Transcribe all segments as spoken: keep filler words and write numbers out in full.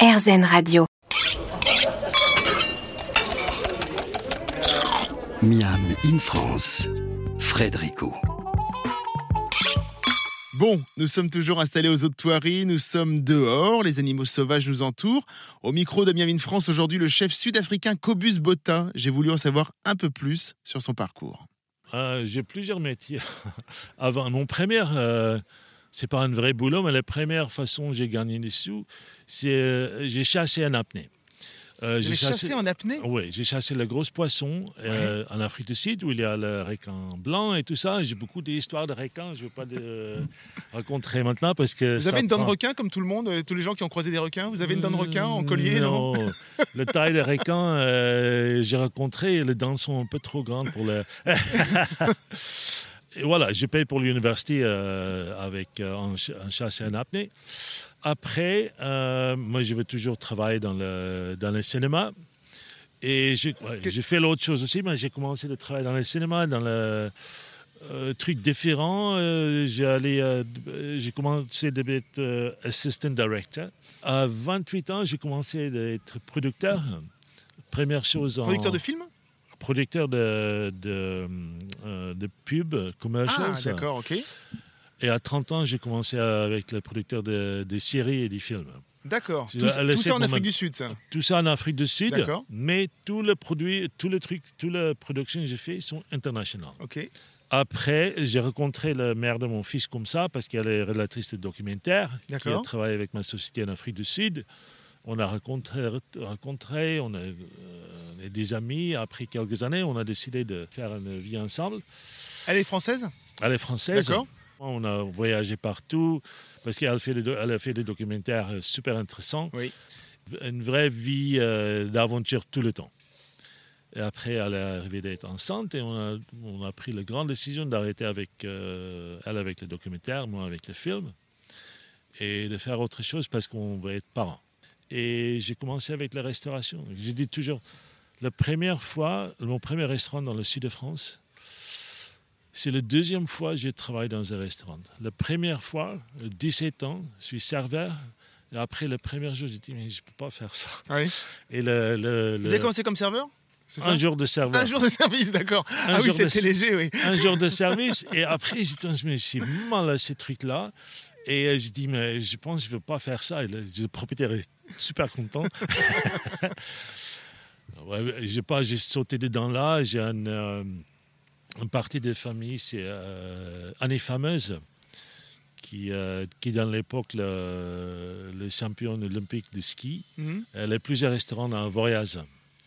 RZN Radio. Miam in France, Frédérico. Bon, nous sommes toujours installés aux eaux de Thoiry, nous sommes dehors, les animaux sauvages nous entourent. Au micro de Miam in France, aujourd'hui, le chef sud-africain Cobus Botha. J'ai voulu en savoir un peu plus sur son parcours. Euh, j'ai plusieurs métiers. Avant, mon premier, euh, c'est pas un vrai boulot, mais la première façon que j'ai gagné des sous, c'est euh, j'ai chassé en apnée. Euh, j'ai chassé, chassé en apnée? Oui, j'ai chassé le gros poisson euh, ouais. en Afrique du Sud où il y a le requin blanc et tout ça. J'ai beaucoup d'histoires de requins, je ne veux pas de raconter maintenant parce que. Vous avez une prend... dent de requin comme tout le monde, tous les gens qui ont croisé des requins? Vous avez une dent de requin en collier? Non, non le taille des requins, euh, j'ai rencontré, les dents sont un peu trop grandes pour le. Et voilà, j'ai payé pour l'université euh, avec euh, en, en chasse et en apnée. Après, euh, moi, je veux toujours travailler dans le, dans le cinéma. Et j'ai, ouais, j'ai fait l'autre chose aussi, mais j'ai commencé à travailler dans le cinéma, dans le euh, truc différent. Euh, j'ai, allé, euh, j'ai commencé à être euh, assistant director. À vingt-huit ans, j'ai commencé à être producteur. Première chose en... Producteur de films? Producteur de, de, euh, de pub, commercials. Ah, d'accord, ok. Et à trente ans, j'ai commencé avec le producteur de, des séries et des films. D'accord. Tout, tout ça en Afrique du Sud, ça? Tout ça en Afrique du Sud. D'accord. Mais tout le produit, tout le truc, toute la production que j'ai fait sont internationales. Ok. Après, j'ai rencontré la mère de mon fils comme ça, parce qu'elle est rédactrice de documentaire, qui a travaillé avec ma société en Afrique du Sud. On a rencontré, rencontré on a euh, des amis. Après quelques années, on a décidé de faire une vie ensemble. Elle est française? Elle est française. D'accord. On a voyagé partout parce qu'elle fait des, elle a fait des documentaires super intéressants. Oui. Une vraie vie euh, d'aventure tout le temps. Et après, elle est arrivée d'être enceinte et on a, on a pris la grande décision d'arrêter avec euh, elle avec le documentaire, moi avec le film, et de faire autre chose parce qu'on veut être parents. Et j'ai commencé avec la restauration. Je dis toujours, la première fois, mon premier restaurant dans le sud de France, c'est la deuxième fois que j'ai travaillé dans un restaurant. La première fois, dix-sept ans, je suis serveur. Et après le premier jour, j'ai dit, mais je ne peux pas faire ça. Oui. Et le, le, Vous avez commencé comme serveur? C'est ça? Un jour de serveur. Un jour de service, d'accord. Un ah oui, c'était de, léger, oui. Un jour de service. Et après, j'ai dit, mais c'est mal à ces trucs-là. Et j'ai dit, mais je pense que je ne veux pas faire ça. Et le, le propriétaire est super content. ouais, j'ai pas, j'ai sauté dedans là. J'ai un... Euh, Une partie de famille, c'est euh, Annie Fameuse, qui, euh, qui dans l'époque, le, le champion olympique de ski. Mm-hmm. Elle a plusieurs restaurants dans un voyage.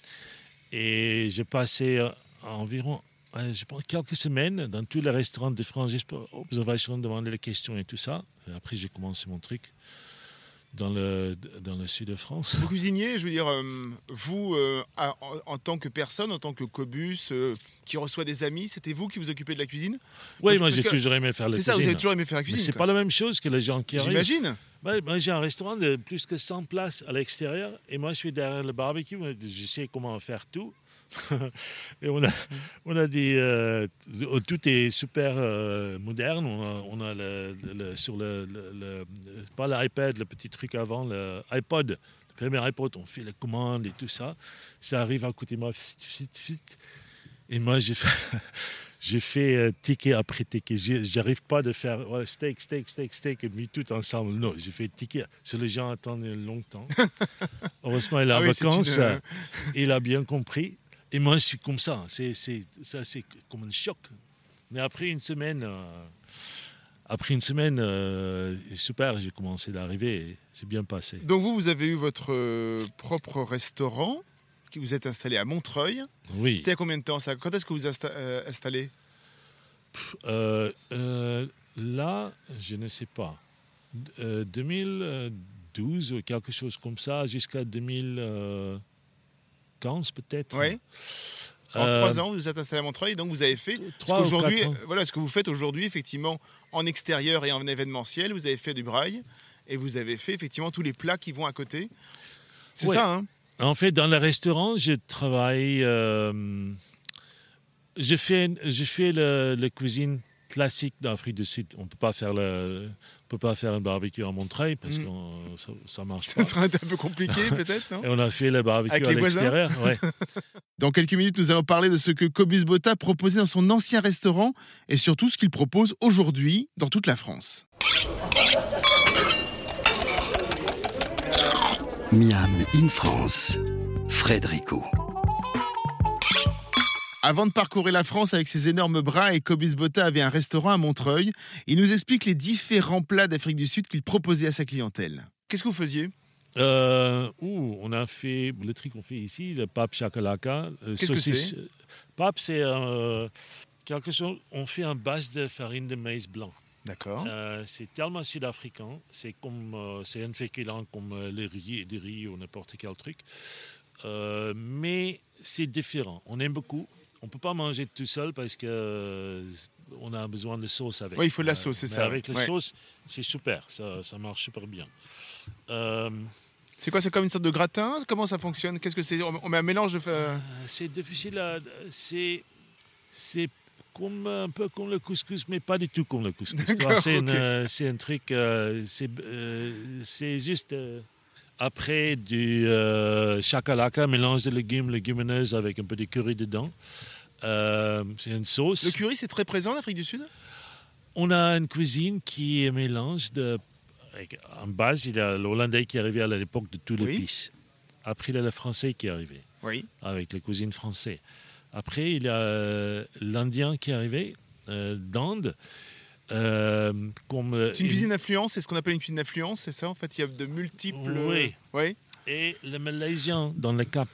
Et j'ai passé euh, environ, euh, je pense, quelques semaines dans tous les restaurants de France, juste pour observation, demander les questions et tout ça. Et après, j'ai commencé mon truc. Dans le, dans le sud de France. Vous cuisiniez, je veux dire, euh, vous, euh, en, en tant que personne, en tant que Cobus, euh, qui reçoit des amis, c'était vous qui vous occupez de la cuisine? Oui, Donc, moi j'ai que... toujours aimé faire la c'est cuisine. C'est ça, vous avez toujours aimé faire la cuisine. Mais c'est quoi. pas la même chose que les gens qui arrivent. J'imagine. Ouais, moi j'ai un restaurant de plus que cent places à l'extérieur et moi je suis derrière le barbecue, je sais comment faire tout. et on a, on a des, euh, tout est super euh, moderne. On a, on a le, le, le, sur le, le, le, pas l'iPad, le petit truc avant, l'iPod, le premier iPod, on fait les commandes et tout ça. Ça arrive à côté de moi, et moi j'ai fait, j'ai fait euh, ticket après ticket. J'arrive pas de faire ouais, steak, steak, steak, steak et mis tout ensemble. Non, j'ai fait ticket. Sur les gens attendent longtemps. Heureusement, il est en ah oui, vacances. Une... Il a bien compris. Et moi, je suis comme ça. C'est, c'est, ça, c'est comme un choc. Mais après une semaine, euh, après une semaine, euh, super, j'ai commencé d'arriver et c'est bien passé. Donc vous, vous avez eu votre euh, propre restaurant, qui vous êtes installé à Montreuil. Oui. C'était il y a combien de temps ça? Quand est-ce que vous vous insta- euh, installez euh, euh, Là, je ne sais pas. Euh, deux mille douze, quelque chose comme ça, jusqu'à deux mille quinze peut-être. Oui. En euh, trois ans, vous vous êtes installé à Montreuil, donc vous avez fait ce qu'aujourd'hui, voilà, ce que vous faites aujourd'hui, effectivement, en extérieur et en événementiel. Vous avez fait du braai et vous avez fait effectivement tous les plats qui vont à côté. C'est ouais. ça, hein? En fait, dans le restaurant, je travaille. Euh, je fais, je fais le, la cuisine classique d'Afrique du Sud. On peut pas faire le, on peut pas faire un barbecue à Montreuil parce mmh. que ça, ça marche pas. Ça serait un peu compliqué peut-être, non? Et on a fait le barbecue avec à les l'extérieur. Ouais. Dans quelques minutes, nous allons parler de ce que Cobus Botta proposait dans son ancien restaurant et surtout ce qu'il propose aujourd'hui dans toute la France. Miam in France, Frédérico. Avant de parcourir la France avec ses énormes bras, et Cobus Botta avait un restaurant à Montreuil. Il nous explique les différents plats d'Afrique du Sud qu'il proposait à sa clientèle. Qu'est-ce que vous faisiez? euh, ouh, On a fait le truc qu'on fait ici, le pape shakalaka. Qu'est-ce saucisse. que c'est? Pape, c'est euh, quelque chose. On fait un base de farine de maïs blanc. D'accord. Euh, c'est tellement sud-africain. C'est comme, euh, c'est un féculent comme euh, le riz et du riz ou n'importe quel truc. Euh, mais c'est différent. On aime beaucoup. On ne peut pas manger tout seul parce qu'on euh, a besoin de sauce avec. Oui, il faut de la sauce, c'est euh, ça. Avec la ouais. sauce, c'est super. Ça, ça marche super bien. Euh, c'est quoi? C'est comme une sorte de gratin? Comment ça fonctionne? Qu'est-ce que c'est? On met un mélange de... Euh, c'est difficile à... C'est, c'est comme, un peu comme le couscous, mais pas du tout comme le couscous. C'est, okay. une, euh, c'est un truc... Euh, c'est, euh, c'est juste... Euh, Après du euh, shakalaka, mélange de légumes, légumineuses avec un peu de curry dedans. Euh, c'est une sauce. Le curry, c'est très présent en Afrique du Sud? On a une cuisine qui est un mélange de... En base, il y a l'Hollandais qui est arrivé à l'époque de tout l'épice. Oui. Après, il y a le Français qui est arrivé, oui. avec la cuisine française. Après, il y a euh, l'Indien qui est arrivé euh, d'Inde. Euh, comme, c'est une une... cuisine d'influence, c'est ce qu'on appelle une cuisine d'influence, c'est ça en fait? Il y a de multiples... Oui. oui. Et le Malaisien dans le Cap.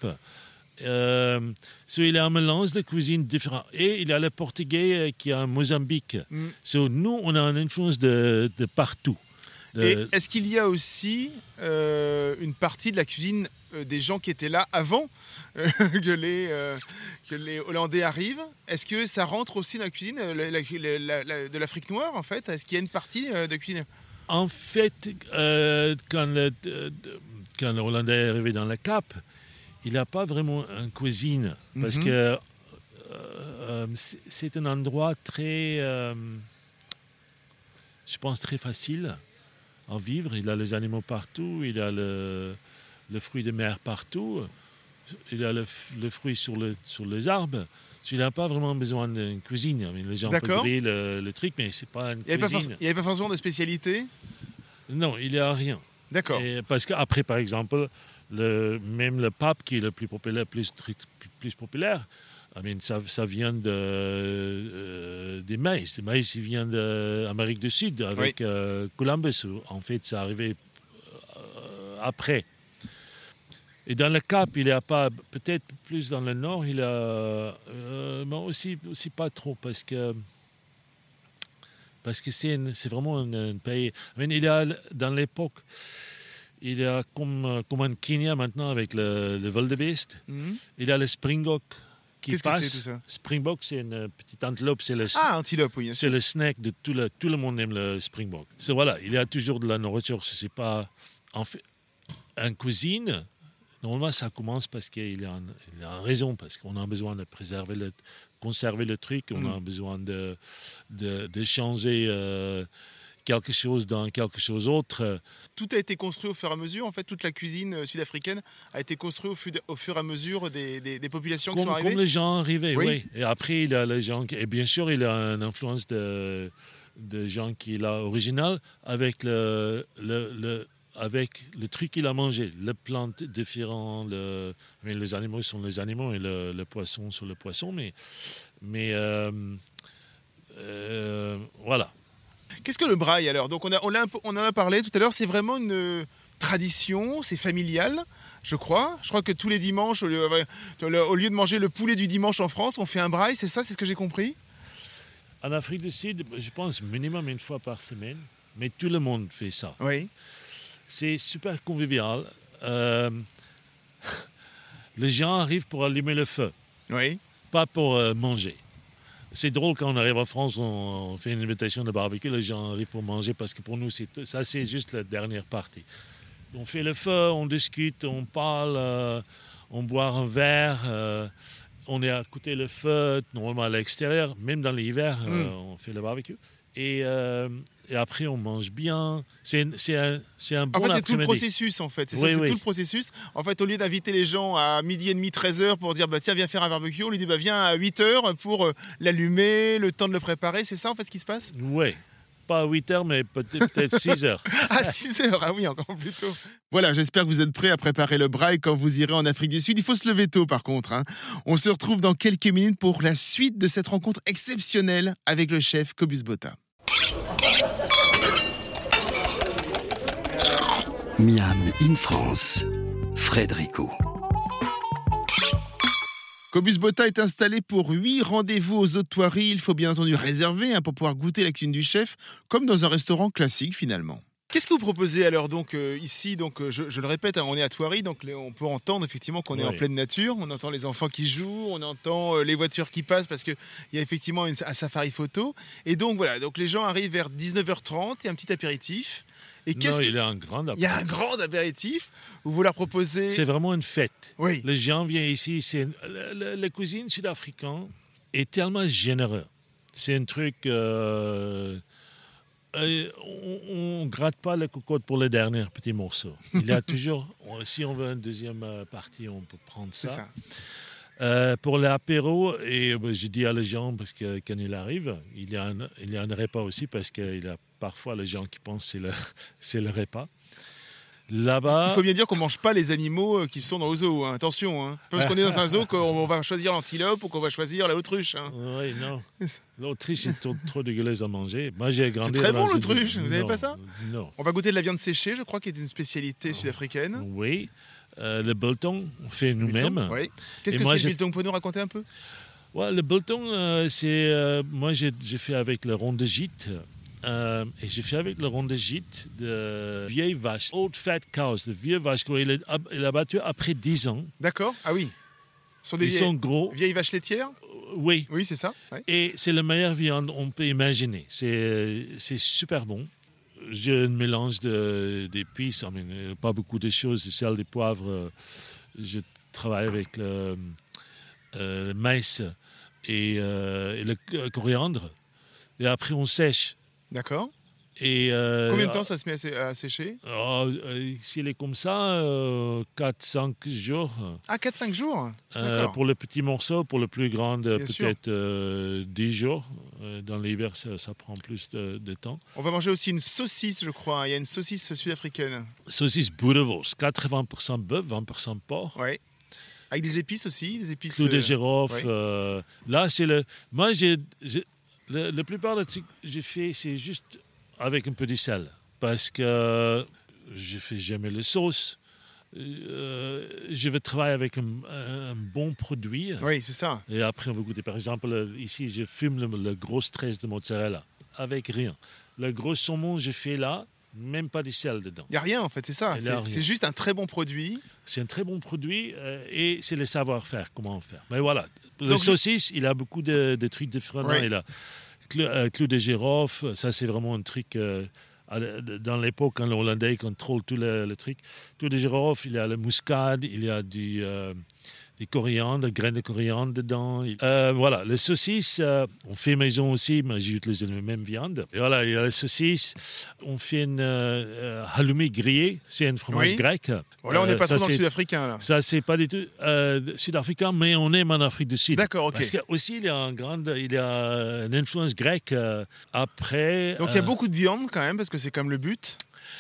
Euh, so, il y a un mélange de cuisine différent. Et il y a le Portugais qui est en Mozambique. Mm. So, nous, on a une influence de, de partout. De... Et est-ce qu'il y a aussi euh, une partie de la cuisine euh, des gens qui étaient là avant euh, que, les, euh, que les Hollandais arrivent? Est-ce que ça rentre aussi dans la cuisine la, la, la, la, de l'Afrique noire, en fait? Est-ce qu'il y a une partie euh, de cuisine? En fait, euh, quand, le, de, quand le Hollandais est arrivé dans le Cap, il n'a pas vraiment une cuisine. Parce mm-hmm. que euh, euh, c'est un endroit très, euh, je pense, très facile à vivre. Il a les animaux partout, il a le, le fruit de mer partout, il a le, le fruit sur, le, sur les arbres. Il n'a pas vraiment besoin d'une cuisine. Les gens D'accord. peuvent griller le, le truc, mais ce n'est pas une il cuisine. Il n'y avait pas forcément de spécialité? Non, il n'y a rien. D'accord. Et parce qu'après, par exemple, le, même le pape, qui est le plus populaire, plus, plus, plus populaire, I mean, ça, ça vient de, euh, des maïs. Le maïs, il vient d'Amérique du Sud avec oui. euh, Columbus. En fait, ça arrivait euh, après. Et dans le Cap, il n'y a pas, peut-être plus dans le Nord, il y a, euh, mais aussi, aussi pas trop parce que, parce que c'est, une, c'est vraiment un, un pays. I mean, il y a, dans l'époque, il y a comme, comme en Kenya maintenant avec le, le wildebeest, mm-hmm. il y a le springbok. Qu'est-ce passe. que c'est tout ça? Springbok, c'est une petite antilope. C'est le, ah, antilope, oui. C'est le snack de tout le, tout le monde aime le springbok. C'est, voilà, il y a toujours de la nourriture. C'est pas, en fait, en cuisine, normalement, ça commence parce qu'il y a une, il y a une raison, parce qu'on a besoin de préserver le, conserver le truc, on mm. a besoin de, de, de changer euh, quelque chose dans quelque chose d'autre. Tout a été construit au fur et à mesure, en fait, toute la cuisine sud-africaine a été construite au, fur, au fur et à mesure des, des, des populations comme, qui sont arrivées. Comme les gens arrivés, oui. oui. Et après, il y a les gens, qui, et bien sûr, il y a une influence de, de gens qui là original avec le, le, le avec le truc qu'il a mangé, les plantes différentes, le, mais les animaux sont les animaux et le, le poisson sont le poisson, mais, mais euh, euh, voilà. Qu'est-ce que le braai alors? Donc on, a, on, a un peu, on en a parlé tout à l'heure, c'est vraiment une tradition, c'est familial, je crois. Je crois que tous les dimanches, au lieu, au lieu de manger le poulet du dimanche en France, on fait un braai, c'est ça, c'est ce que j'ai compris? En Afrique du Sud, je pense minimum une fois par semaine, mais tout le monde fait ça. Oui. C'est super convivial. Euh, les gens arrivent pour allumer le feu, oui. pas pour euh, manger. C'est drôle quand on arrive en France, on fait une invitation de barbecue, les gens arrivent pour manger parce que pour nous, c'est, ça c'est juste la dernière partie. On fait le feu, on discute, on parle, euh, on boit un verre euh, on est à côté le feu, normalement à l'extérieur, même dans l'hiver, mm. euh, on fait le barbecue. Et, euh, et après, on mange bien. C'est, c'est, un, c'est un bon après, c'est après-midi. tout le processus, en fait. C'est, oui, ça, c'est oui. tout le processus. En fait, au lieu d'inviter les gens à midi et demi, treize heures pour dire bah, tiens, viens faire un barbecue, on lui dit bah, viens à huit heures pour euh, l'allumer, le temps de le préparer. C'est ça, en fait, ce qui se passe ? Oui. Pas à huit heures, mais peut-être, peut-être six heures. À six heures, ah oui, encore plus tôt. Voilà, j'espère que vous êtes prêts à préparer le braai quand vous irez en Afrique du Sud. Il faut se lever tôt, par contre. Hein. On se retrouve dans quelques minutes pour la suite de cette rencontre exceptionnelle avec le chef Cobus Bota. Miam in France, Frédérico. Cobus Bota est installé pour huit rendez-vous aux Eaux de Thoiry. Il faut bien entendu réserver hein, pour pouvoir goûter la cuisine du chef, comme dans un restaurant classique finalement. Qu'est-ce que vous proposez alors donc euh, ici donc euh, je, je le répète, hein, on est à Thoiry, donc les, on peut entendre effectivement qu'on est oui. en pleine nature. On entend les enfants qui jouent, on entend euh, les voitures qui passent parce que il y a effectivement une, un safari photo. Et donc voilà, donc les gens arrivent vers dix-neuf heures trente et un petit apéritif. Et qu'est-ce non, que... il y a un grand apéritif. Il y a un grand apéritif où vous leur proposez. C'est vraiment une fête. Oui. Les gens viennent ici. C'est la, la, la cuisine sud-africaine est tellement généreuse. C'est un truc. Euh... Euh, on ne gratte pas la cocotte pour le dernier petit morceau. Il y a toujours, si on veut une deuxième partie, on peut prendre ça. C'est ça. Euh, pour l'apéro, et ben, je dis à les gens, parce que quand il arrive, il y a un, il y a un repas aussi, parce qu'il y a parfois les gens qui pensent que c'est le, c'est le repas. Là-bas... Il faut bien dire qu'on ne mange pas les animaux qui sont dans le zoo. Hein. Attention, hein. Parce qu'on est dans un zoo, qu'on va choisir l'antilope ou qu'on va choisir l'autruche. Hein. Oui, non. L'autruche est trop, trop dégueulasse à manger. Moi, j'ai grandi c'est très bon une... l'autruche, vous n'avez pas ça ? Non. On va goûter de la viande séchée, je crois, qui est une spécialité oh. sud-africaine. Oui. Euh, le biltong, on fait nous-mêmes. Biltong, oui. Qu'est-ce Et que moi, c'est le biltong ? Vous pouvez nous raconter un peu ? ouais, le biltong, euh, c'est... Euh, moi, j'ai, j'ai fait avec le rond de gîte. Euh, et j'ai fait avec le rond de gîte de vieilles vaches, old fat cows, de vieilles vaches qu'il a, il a battu après dix ans. D'accord, ah oui. Ce sont des Ils vieilles, sont gros. Vieilles vaches laitières ? euh, Oui. Oui, c'est ça. Ouais. Et c'est la meilleure viande qu'on peut imaginer. C'est, c'est super bon. J'ai un mélange de, d'épices, I mean, pas beaucoup de choses, du sel, du poivre. Je travaille avec le, euh, le maïs et, euh, et le coriandre. Et après, on sèche. D'accord. Et euh, combien de temps ça se met à, sé- à sécher ? euh, euh, S'il est comme ça, euh, quatre à cinq jours. Ah, quatre à cinq jours euh, Pour le petit morceau, pour le plus grand, Bien peut-être euh, dix jours. Euh, dans l'hiver, ça, ça prend plus de, de temps. On va manger aussi une saucisse, je crois. Il y a une saucisse sud-africaine. Saucisse boerewors, quatre-vingts pour cent bœuf, vingt pour cent porc. Oui. Avec des épices aussi, des épices... Clou de girofle. Ouais. Euh, là, c'est le... Moi, j'ai... j'ai le, la plupart des trucs que j'ai fait, c'est juste avec un peu de sel. Parce que je ne fais jamais les sauces. Euh, je vais travailler avec un, un bon produit. Oui, c'est ça. Et après, on va goûter. Par exemple, ici, je fume le, le gros stress de mozzarella. Avec rien. Le gros saumon, je fais là, même pas de sel dedans. Il n'y a rien, en fait, c'est ça. C'est, c'est juste un très bon produit. C'est un très bon produit euh, et c'est le savoir-faire, comment faire. Mais voilà. Le Donc, saucisse, il a beaucoup de, de trucs différents. Oui. Il a clou, euh, clou de girofle, ça c'est vraiment un truc... Euh, dans l'époque, quand les Hollandais contrôlent tout le, le truc, clou de girofle, il y a la muscade, il y a du... Euh, des coriandres, graines de coriandre dedans. Euh, voilà, les saucisses, euh, on fait maison aussi, mais j'utilise la même viande. Et voilà, il y a les saucisses. On fait une euh, halloumi grillé, c'est un fromage oui. grec. Bon, là, on n'est pas euh, trop dans c'est, le sud-africain. Là. Ça, c'est pas du tout euh, sud-africain, mais on est en Afrique du Sud. D'accord, ok. Parce qu'aussi, il y a, un grand, il y a une influence grecque euh, après. Donc, il y a euh, beaucoup de viande quand même, parce que c'est comme le but.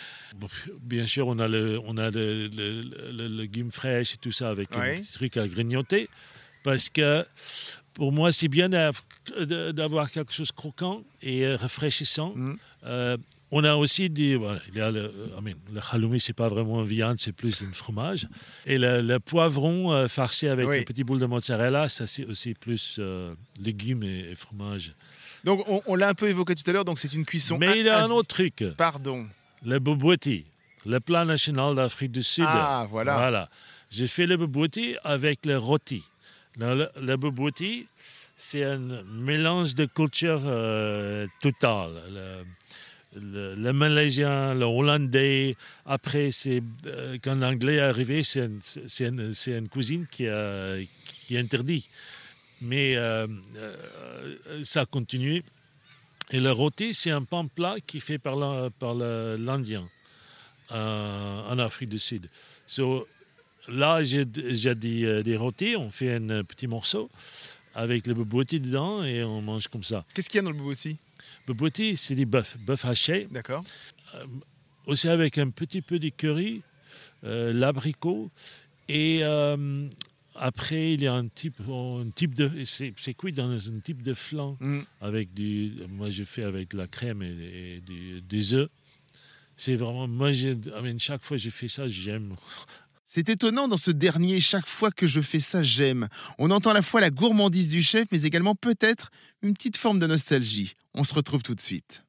Bien sûr, on a le, on a le, le, le, le légume fraîche et tout ça avec ouais. un petit truc à grignoter. Parce que pour moi, c'est bien d'avoir quelque chose de croquant et rafraîchissant. Mm. Euh, on a aussi des... Voilà, il y a le, I mean, le halloumi, ce n'est pas vraiment une viande, c'est plus un fromage. Et le, le poivron euh, farci avec oui. les petits boules de mozzarella, ça c'est aussi plus euh, légumes et, et fromage. Donc, on, on l'a un peu évoqué tout à l'heure, donc c'est une cuisson... Mais il y a un autre truc. Pardon. Le bobotie, le plat national d'Afrique du Sud. Ah, voilà. Voilà. J'ai fait le bobotie avec le rôti. Le, le, le bobotie, c'est un mélange de culture euh, totale. Le, le, le malaisien, le hollandais. Après, c'est, euh, quand l'anglais est arrivé, c'est, un, c'est, un, c'est une cuisine qui, a, qui est interdite. Mais euh, euh, ça a continué. Et le rôti, c'est un pain plat qui est fait par, la, par le, l'Indien euh, en Afrique du Sud. So, là, j'ai, j'ai des, des rôtis, on fait un petit morceau avec le bobotie dedans et on mange comme ça. Qu'est-ce qu'il y a dans le bobotie ? Bobotie, c'est du bœuf, bœuf haché. D'accord. Euh, aussi avec un petit peu de curry, euh, l'abricot. Et euh, après, il y a un type, un type de... C'est, c'est cuit dans un type de flan. Mm. Avec du... Moi, je fais avec de la crème et, et du, des œufs. C'est vraiment... Moi, je, I mean, chaque fois que je fais ça, j'aime... C'est étonnant dans ce dernier, chaque fois que je fais ça, j'aime. On entend à la fois la gourmandise du chef, mais également peut-être une petite forme de nostalgie. On se retrouve tout de suite.